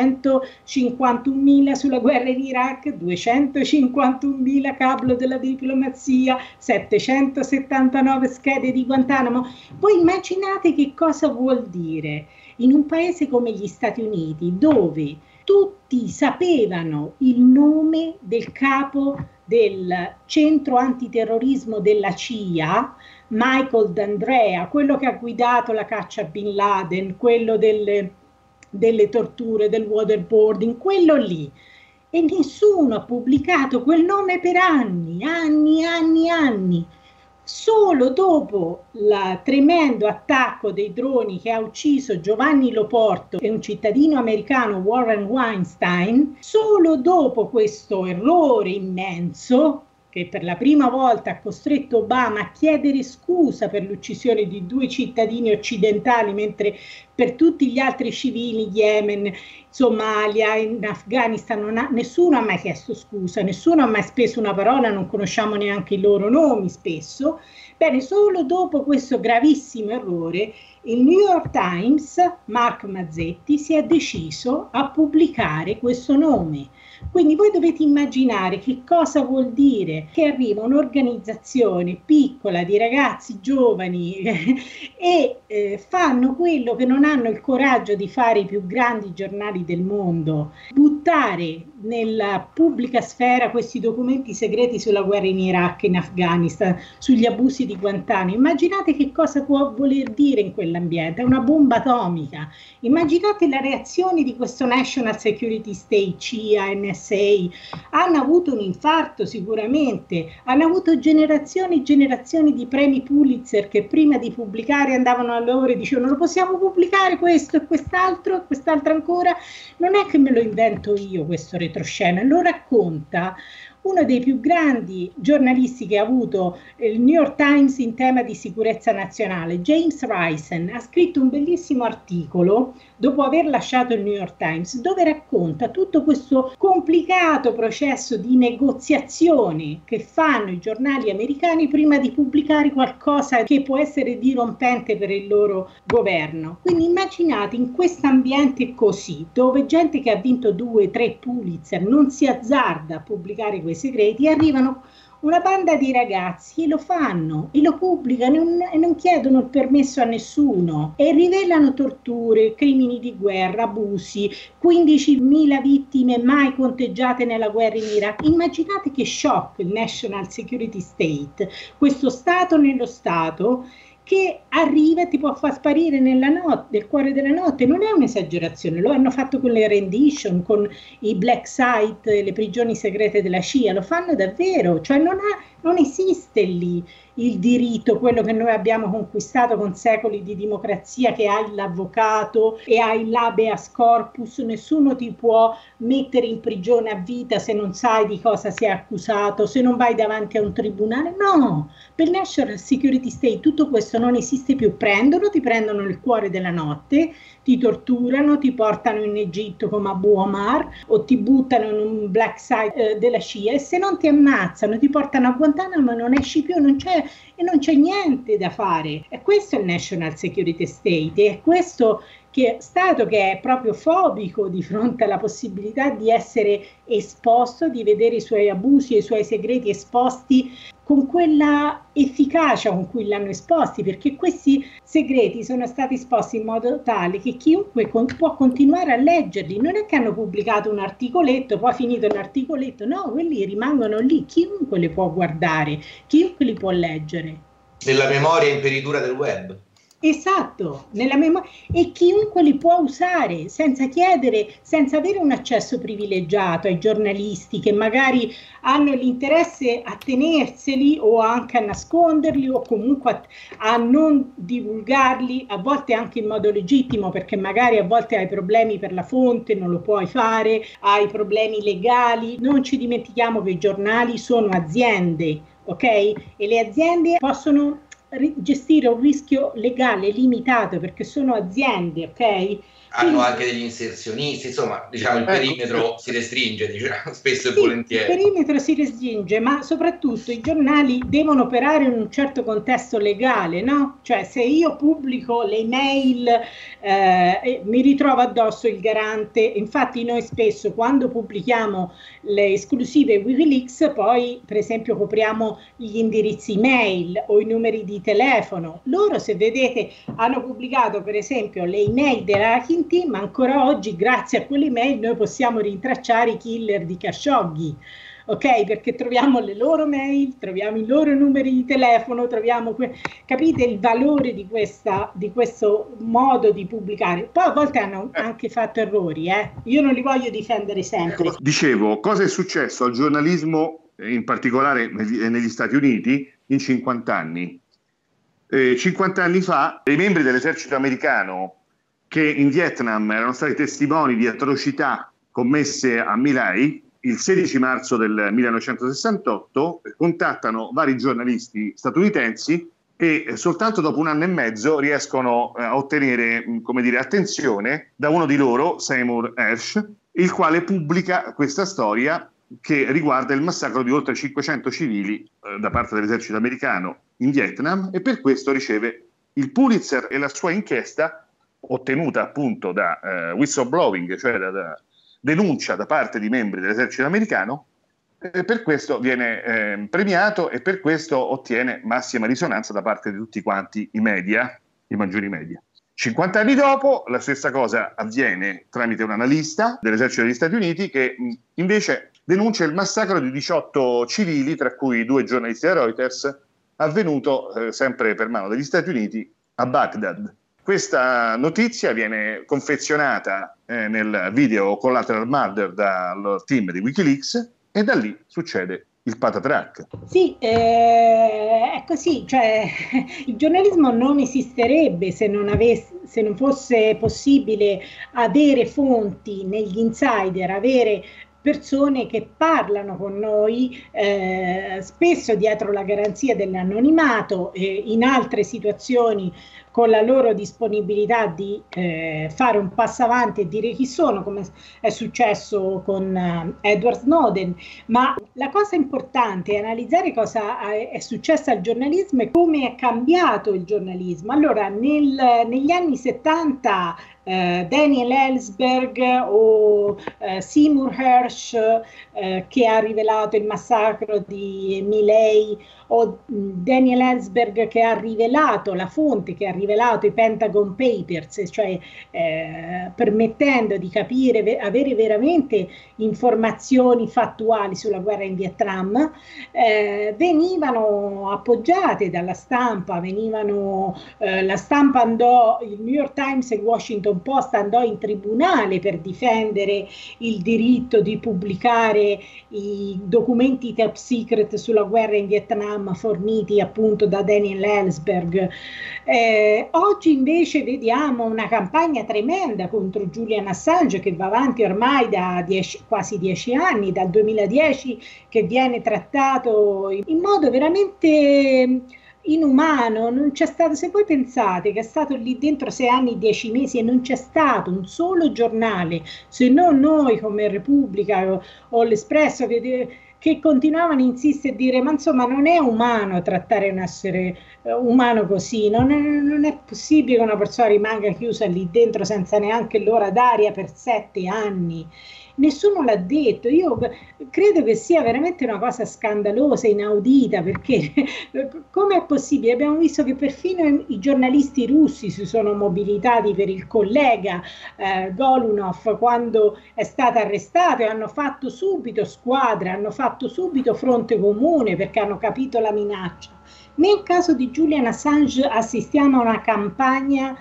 trecentocinquantunomila sulla guerra in Iraq, duecentocinquantunomila cablo della diplomazia, settecentosettantanove schede di Guantanamo. Voi immaginate che cosa vuol dire in un paese come gli Stati Uniti, dove tutti sapevano il nome del capo del centro antiterrorismo della C I A, Michael D'Andrea, quello che ha guidato la caccia a Bin Laden, quello delle, delle torture, del waterboarding, quello lì. E nessuno ha pubblicato quel nome per anni, anni, anni, anni. Solo dopo il tremendo attacco dei droni che ha ucciso Giovanni Loporto e un cittadino americano, Warren Weinstein, solo dopo questo errore immenso, che per la prima volta ha costretto Obama a chiedere scusa per l'uccisione di due cittadini occidentali, mentre per tutti gli altri civili, Yemen, Somalia, in Afghanistan, non ha, nessuno ha mai chiesto scusa, nessuno ha mai speso una parola, non conosciamo neanche i loro nomi spesso. Bene, solo dopo questo gravissimo errore, il New York Times, Mark Mazzetti, si è deciso a pubblicare questo nome. Quindi voi dovete immaginare che cosa vuol dire che arriva un'organizzazione piccola di ragazzi giovani e eh, fanno quello che non hanno il coraggio di fare i più grandi giornali del mondo, buttare nella pubblica sfera questi documenti segreti sulla guerra in Iraq, in Afghanistan, sugli abusi di Guantanamo. Immaginate che cosa può voler dire in quell'ambiente, è una bomba atomica. Immaginate la reazione di questo National Security State, C I A, N S A, hanno avuto un infarto sicuramente, hanno avuto generazioni e generazioni di premi Pulitzer che prima di pubblicare andavano a loro e dicevano lo possiamo pubblicare questo e quest'altro e quest'altro ancora. Non è che me lo invento io questo retroscena, lo racconta uno dei più grandi giornalisti che ha avuto il New York Times in tema di sicurezza nazionale, James Risen, ha scritto un bellissimo articolo dopo aver lasciato il New York Times, dove racconta tutto questo complicato processo di negoziazione che fanno i giornali americani prima di pubblicare qualcosa che può essere dirompente per il loro governo. Quindi immaginate in questo ambiente così, dove gente che ha vinto due, tre Pulitzer non si azzarda a pubblicare quei segreti, arrivano una banda di ragazzi e lo fanno e lo pubblicano e non, e non chiedono il permesso a nessuno e rivelano torture, crimini di guerra, abusi, quindicimila vittime mai conteggiate nella guerra in Iraq. Immaginate che shock il National Security State, questo Stato nello Stato, che arriva e ti può far sparire nella notte, nel cuore della notte. Non è un'esagerazione, lo hanno fatto con le rendition, con i black site, le prigioni segrete della C I A, lo fanno davvero, cioè non, ha, non esiste lì il diritto, quello che noi abbiamo conquistato con secoli di democrazia, che hai l'avvocato e hai l'habeas corpus, nessuno ti può mettere in prigione a vita se non sai di cosa sei accusato, se non vai davanti a un tribunale. No, per il National Security State tutto questo non esiste più. Prendono, ti prendono nel cuore della notte, ti torturano, ti portano in Egitto come Abu Omar o ti buttano in un black site eh, della C I A, e se non ti ammazzano ti portano a Guantanamo, non esci più, non c'è e non c'è niente da fare. E questo è il National Security State, e è questo che Stato che è proprio fobico di fronte alla possibilità di essere esposto, di vedere i suoi abusi e i suoi segreti esposti con quella efficacia con cui l'hanno esposti, perché questi segreti sono stati esposti in modo tale che chiunque con, può continuare a leggerli. Non è che hanno pubblicato un articoletto, poi finito l'articoletto, no, quelli rimangono lì, chiunque li può guardare, chiunque li può leggere. Nella memoria imperitura del web. Esatto, nella memoria, e chiunque li può usare senza chiedere, senza avere un accesso privilegiato ai giornalisti che magari hanno l'interesse a tenerseli o anche a nasconderli o comunque a, a non divulgarli, a volte anche in modo legittimo, perché magari a volte hai problemi per la fonte, non lo puoi fare, hai problemi legali. Non ci dimentichiamo che i giornali sono aziende, ok? E le aziende possono gestire un rischio legale limitato perché sono aziende, ok? Hanno Quindi, anche degli inserzionisti, insomma, diciamo il perimetro si restringe, diciamo, spesso e sì, volentieri. Il perimetro si restringe, ma soprattutto i giornali devono operare in un certo contesto legale, no? Cioè se io pubblico le email eh, mi ritrovo addosso il garante. Infatti noi spesso quando pubblichiamo le esclusive Wikileaks poi per esempio copriamo gli indirizzi email o i numeri di telefono. Loro, se vedete, hanno pubblicato per esempio le email della Hacking Team, ma ancora oggi grazie a quelle email noi possiamo rintracciare i killer di Khashoggi, ok? Perché troviamo le loro mail, troviamo i loro numeri di telefono, troviamo que- capite il valore di, questa, di questo modo di pubblicare. Poi a volte hanno anche fatto errori, eh? Io non li voglio difendere sempre. Dicevo, cosa è successo al giornalismo, in particolare negli Stati Uniti, in cinquanta anni? Eh, cinquanta anni fa i membri dell'esercito americano che in Vietnam erano stati testimoni di atrocità commesse a My Lai, il sedici marzo del millenovecentosessantotto contattano vari giornalisti statunitensi e soltanto dopo un anno e mezzo riescono a ottenere, come dire, attenzione da uno di loro, Seymour Hersh, il quale pubblica questa storia che riguarda il massacro di oltre cinquecento civili eh, da parte dell'esercito americano in Vietnam, e per questo riceve il Pulitzer e la sua inchiesta, ottenuta appunto da uh, whistleblowing, cioè da, da denuncia da parte di membri dell'esercito americano, e per questo viene eh, premiato e per questo ottiene massima risonanza da parte di tutti quanti i media, i maggiori media. cinquanta anni dopo la stessa cosa avviene tramite un analista dell'esercito degli Stati Uniti che mh, invece denuncia il massacro di diciotto civili, tra cui due giornalisti da Reuters, avvenuto eh, sempre per mano degli Stati Uniti a Baghdad. Questa notizia viene confezionata eh, nel video Collateral Murder dal team di Wikileaks e da lì succede il patatrack. Sì, eh, è così, cioè il giornalismo non esisterebbe se non, avesse, se non fosse possibile avere fonti negli insider, avere persone che parlano con noi, eh, spesso dietro la garanzia dell'anonimato, e in altre situazioni con la loro disponibilità di eh, fare un passo avanti e dire chi sono, come è successo con uh, Edward Snowden. Ma la cosa importante è analizzare cosa è successo al giornalismo e come è cambiato il giornalismo. Allora, nel, negli anni settanta Uh, Daniel Ellsberg o uh, Seymour Hersh, uh, che ha rivelato il massacro di Miley, o Daniel Ellsberg che ha rivelato la fonte, che ha rivelato i Pentagon Papers, cioè eh, permettendo di capire, ve- avere veramente informazioni fattuali sulla guerra in Vietnam, eh, venivano appoggiate dalla stampa, venivano, eh, la stampa andò, il New York Times e il Washington Post andò in tribunale per difendere il diritto di pubblicare i documenti top secret sulla guerra in Vietnam forniti appunto da Daniel Ellsberg. Eh, oggi invece vediamo una campagna tremenda contro Julian Assange che va avanti ormai da dieci, quasi dieci anni, dal duemiladieci, che viene trattato in modo veramente inumano. Non c'è stato, se voi pensate che è stato lì dentro sei anni, dieci mesi e non c'è stato un solo giornale, se non noi come Repubblica o, o l'Espresso, che, che continuavano a insistere e dire ma insomma non è umano trattare un essere uh, umano così, non è, non è possibile che una persona rimanga chiusa lì dentro senza neanche l'ora d'aria per sette anni. Nessuno l'ha detto. Io credo che sia veramente una cosa scandalosa, inaudita, perché come è possibile? Abbiamo visto che perfino i giornalisti russi si sono mobilitati per il collega eh, Golunov quando è stato arrestato e hanno fatto subito squadra, hanno fatto subito fronte comune perché hanno capito la minaccia. Nel caso di Julian Assange assistiamo a una campagna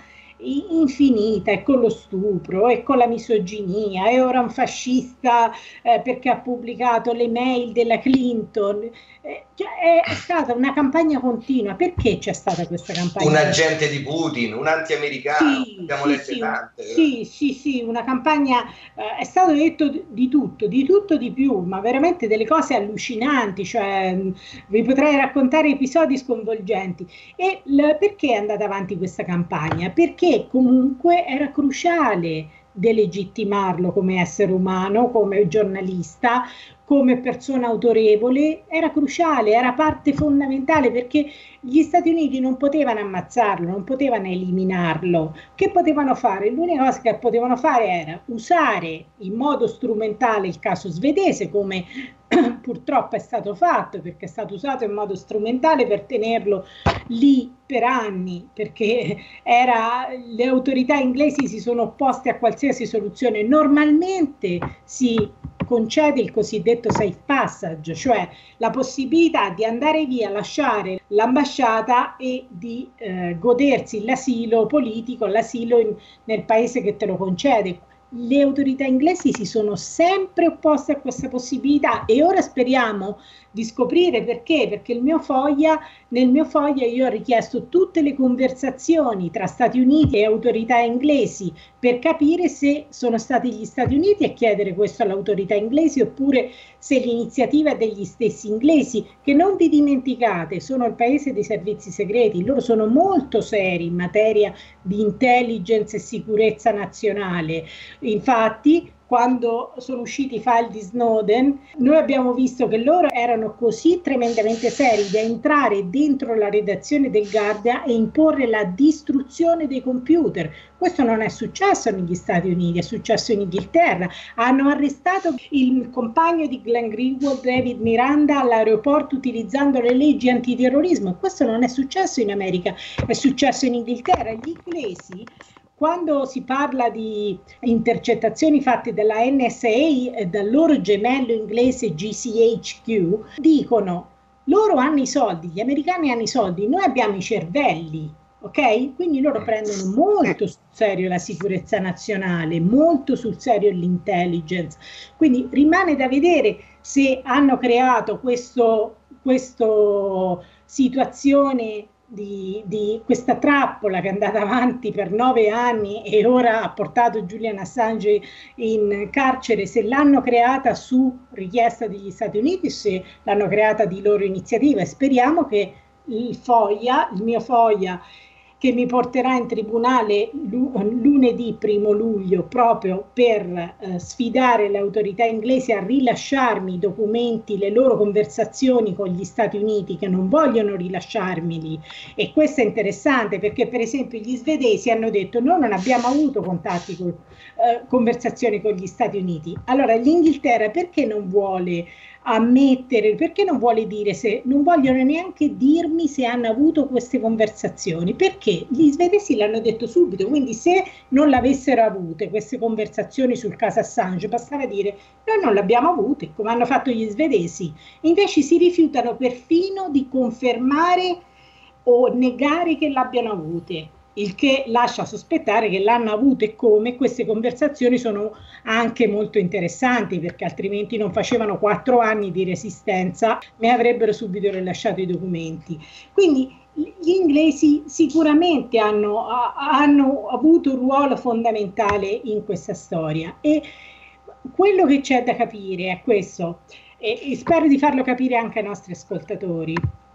infinita, e con lo stupro e con la misoginia, e ora un fascista eh, perché ha pubblicato le mail della Clinton. Eh, cioè è, è stata una campagna continua. Perché c'è stata questa campagna? Un agente di Putin, un anti-americano, sì, abbiamo sì, letto sì, tante. sì, sì, sì, una campagna, eh, è stato detto di tutto, di tutto di più, ma veramente delle cose allucinanti, cioè vi potrei raccontare episodi sconvolgenti. E l- perché è andata avanti questa campagna? Perché comunque era cruciale delegittimarlo come essere umano, come giornalista, come persona autorevole. Era cruciale, era parte fondamentale, perché gli Stati Uniti non potevano ammazzarlo, non potevano eliminarlo. Che potevano fare? L'unica cosa che potevano fare era usare in modo strumentale il caso svedese, come purtroppo è stato fatto, perché è stato usato in modo strumentale per tenerlo lì per anni, perché era, le autorità inglesi si sono opposte a qualsiasi soluzione. Normalmente si concede il cosiddetto safe passage, cioè la possibilità di andare via, lasciare l'ambasciata e di eh, godersi l'asilo politico, l'asilo in, nel paese che te lo concede. Le autorità inglesi si sono sempre opposte a questa possibilità e ora speriamo di scoprire perché, perché il mio foglia, nel mio foglia io ho richiesto tutte le conversazioni tra Stati Uniti e autorità inglesi per capire se sono stati gli Stati Uniti a chiedere questo all'autorità inglesi oppure se l'iniziativa è degli stessi inglesi, che non vi dimenticate sono il paese dei servizi segreti, loro sono molto seri in materia di intelligence e sicurezza nazionale. Infatti quando sono usciti i file di Snowden, noi abbiamo visto che loro erano così tremendamente seri da entrare dentro la redazione del Guardian e imporre la distruzione dei computer. Questo non è successo negli Stati Uniti, è successo in Inghilterra. Hanno arrestato il compagno di Glenn Greenwald, David Miranda, all'aeroporto utilizzando le leggi antiterrorismo. Questo non è successo in America, è successo in Inghilterra. Gli inglesi, quando si parla di intercettazioni fatte dalla N S A e dal loro gemello inglese G C H Q, dicono loro hanno i soldi, gli americani hanno i soldi, noi abbiamo i cervelli. ok? Quindi loro prendono molto sul serio la sicurezza nazionale, molto sul serio l'intelligence, quindi rimane da vedere se hanno creato questo, questo situazione Di, di questa trappola che è andata avanti per nove anni e ora ha portato Julian Assange in carcere, se l'hanno creata su richiesta degli Stati Uniti, se l'hanno creata di loro iniziativa, e speriamo che il FOIA, il mio FOIA, che mi porterà in tribunale lunedì primo luglio proprio per eh, sfidare le autorità inglesi a rilasciarmi i documenti, le loro conversazioni con gli Stati Uniti, che non vogliono rilasciarmeli. E questo è interessante perché per esempio gli svedesi hanno detto noi non abbiamo avuto contatti con, eh, conversazioni con gli Stati Uniti. Allora l'Inghilterra perché non vuole ammettere, perché non vuole dire, se non vogliono neanche dirmi se hanno avuto queste conversazioni, perché gli svedesi l'hanno detto subito, quindi se non l'avessero avute queste conversazioni sul caso Assange bastava dire noi non le abbiamo avute, come hanno fatto gli svedesi. Invece si rifiutano perfino di confermare o negare che l'abbiano avute, il che lascia sospettare che l'hanno avuto e come. Queste conversazioni sono anche molto interessanti perché altrimenti non facevano quattro anni di resistenza, mi avrebbero subito rilasciato i documenti. Quindi gli inglesi sicuramente hanno, hanno avuto un ruolo fondamentale in questa storia e quello che c'è da capire è questo, e, e spero di farlo capire anche ai nostri ascoltatori.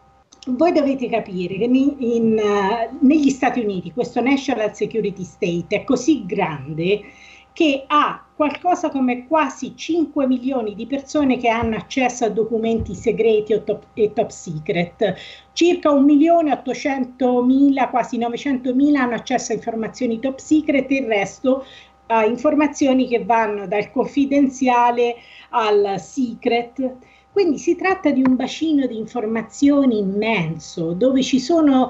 Voi dovete capire che in, in, uh, negli Stati Uniti questo National Security State è così grande che ha qualcosa come quasi cinque milioni di persone che hanno accesso a documenti segreti o top, e top secret. Circa un milione ottocentomila, quasi novecentomila hanno accesso a informazioni top secret e il resto a informazioni che vanno dal confidenziale al secret. Quindi si tratta di un bacino di informazioni immenso, dove ci sono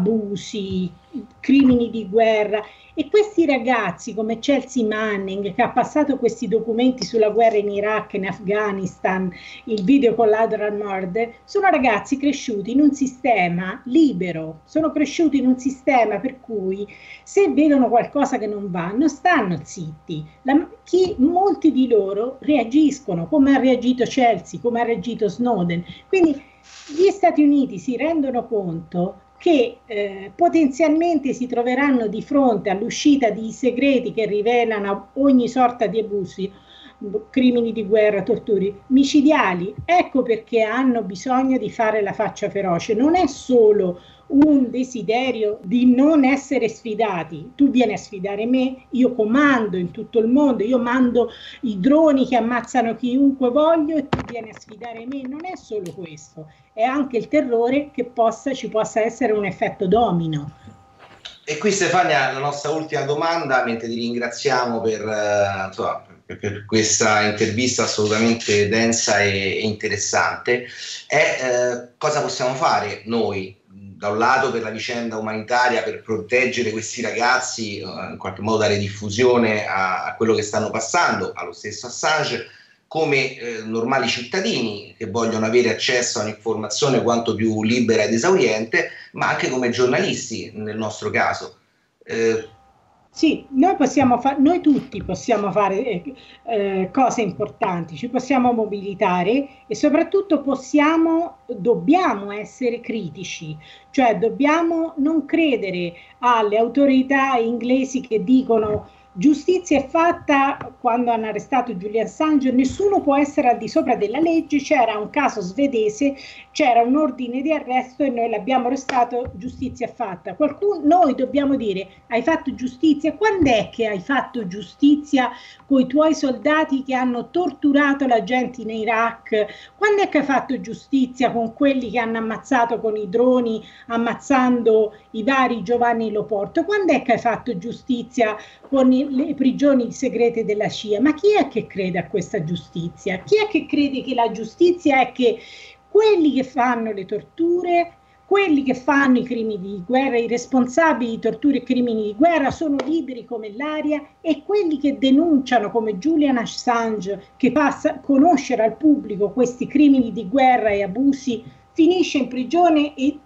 abusi, crimini di guerra, e questi ragazzi come Chelsea Manning, che ha passato questi documenti sulla guerra in Iraq, in Afghanistan, il video collateral murder, sono ragazzi cresciuti in un sistema libero, sono cresciuti in un sistema per cui se vedono qualcosa che non va non stanno zitti. La, chi, molti di loro reagiscono, come ha reagito Chelsea, come ha reagito Snowden. Quindi gli Stati Uniti si rendono conto che eh, potenzialmente si troveranno di fronte all'uscita di segreti che rivelano ogni sorta di abusi, crimini di guerra, torture, micidiali. Ecco perché hanno bisogno di fare la faccia feroce. Non è solo un desiderio di non essere sfidati. Tu vieni a sfidare me, io comando in tutto il mondo, io mando i droni che ammazzano chiunque voglio e tu vieni a sfidare me. Non è solo questo, è anche il terrore che possa, ci possa essere un effetto domino. E qui Stefania, la nostra ultima domanda, mentre ti ringraziamo per, uh, insomma, per, per questa intervista assolutamente densa e, e interessante, è uh, cosa possiamo fare noi, da un lato per la vicenda umanitaria, per proteggere questi ragazzi, uh, in qualche modo dare diffusione a, a quello che stanno passando, allo stesso Assange, come eh, normali cittadini che vogliono avere accesso a un'informazione quanto più libera ed esauriente, ma anche come giornalisti nel nostro caso. Eh, Sì, noi, possiamo fa- noi tutti possiamo fare eh, eh, cose importanti, ci possiamo mobilitare e soprattutto possiamo, dobbiamo essere critici, cioè dobbiamo non credere alle autorità inglesi che dicono giustizia è fatta quando hanno arrestato Julian Assange, nessuno può essere al di sopra della legge, c'era un caso svedese, c'era un ordine di arresto e noi l'abbiamo arrestato, giustizia è fatta. Qualcuno, noi dobbiamo dire hai fatto giustizia, quando è che hai fatto giustizia con i tuoi soldati che hanno torturato la gente in Iraq, quando è che hai fatto giustizia con quelli che hanno ammazzato con i droni, ammazzando i vari Giovanni Loporto, quando è che hai fatto giustizia con i le prigioni segrete della C I A? Ma chi è che crede a questa giustizia? Chi è che crede che la giustizia è che quelli che fanno le torture, quelli che fanno i crimini di guerra, i responsabili di torture e crimini di guerra sono liberi come l'aria e quelli che denunciano come Julian Assange, che passa a conoscere al pubblico questi crimini di guerra e abusi, finisce in prigione e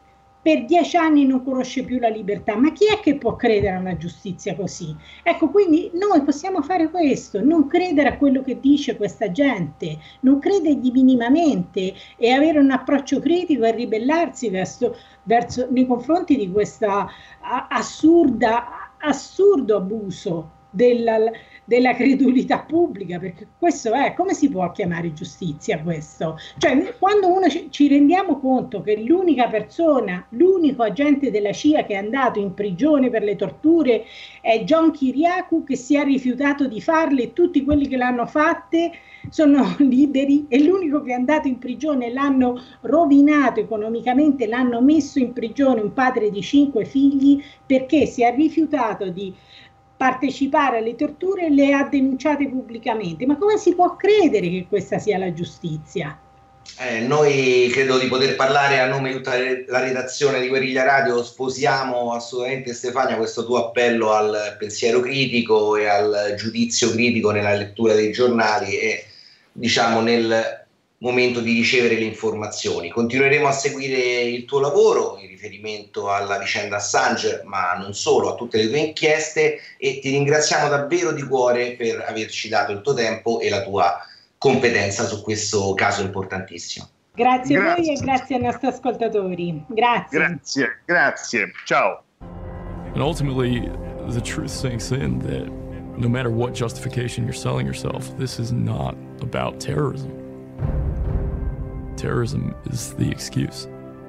per dieci anni non conosce più la libertà. Ma chi è che può credere a una giustizia così? Ecco, quindi noi possiamo fare questo, non credere a quello che dice questa gente, non credergli minimamente e avere un approccio critico e ribellarsi verso, verso, nei confronti di questa assurda, assurdo abuso della, della credulità pubblica, perché questo è, come si può chiamare giustizia questo? Cioè, quando uno ci, ci rendiamo conto che l'unica persona, l'unico agente della C I A che è andato in prigione per le torture è John Kiriakou, che si è rifiutato di farle, e tutti quelli che l'hanno fatte sono liberi, e l'unico che è andato in prigione l'hanno rovinato economicamente, l'hanno messo in prigione, un padre di cinque figli, perché si è rifiutato di partecipare alle torture e le ha denunciate pubblicamente. Ma come si può credere che questa sia la giustizia? Eh, noi credo di poter parlare a nome di tutta la redazione di Guerriglia Radio. Sposiamo assolutamente, Stefania, questo tuo appello al pensiero critico e al giudizio critico nella lettura dei giornali e, diciamo, nel momento di ricevere le informazioni. Continueremo a seguire il tuo lavoro in riferimento alla vicenda Assange, ma non solo, a tutte le tue inchieste, e ti ringraziamo davvero di cuore per averci dato il tuo tempo e la tua competenza su questo caso importantissimo. Grazie, grazie. a voi e grazie ai nostri ascoltatori. Grazie. Grazie, grazie. Ciao. And ultimately, the truth sinks in that no matter what justification you're selling yourself, this is not about terrorism. Terrorism is the excuse.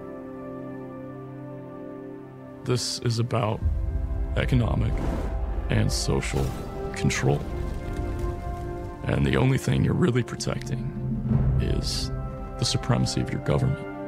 This is about economic and social control. And the only thing you're really protecting is the supremacy of your government.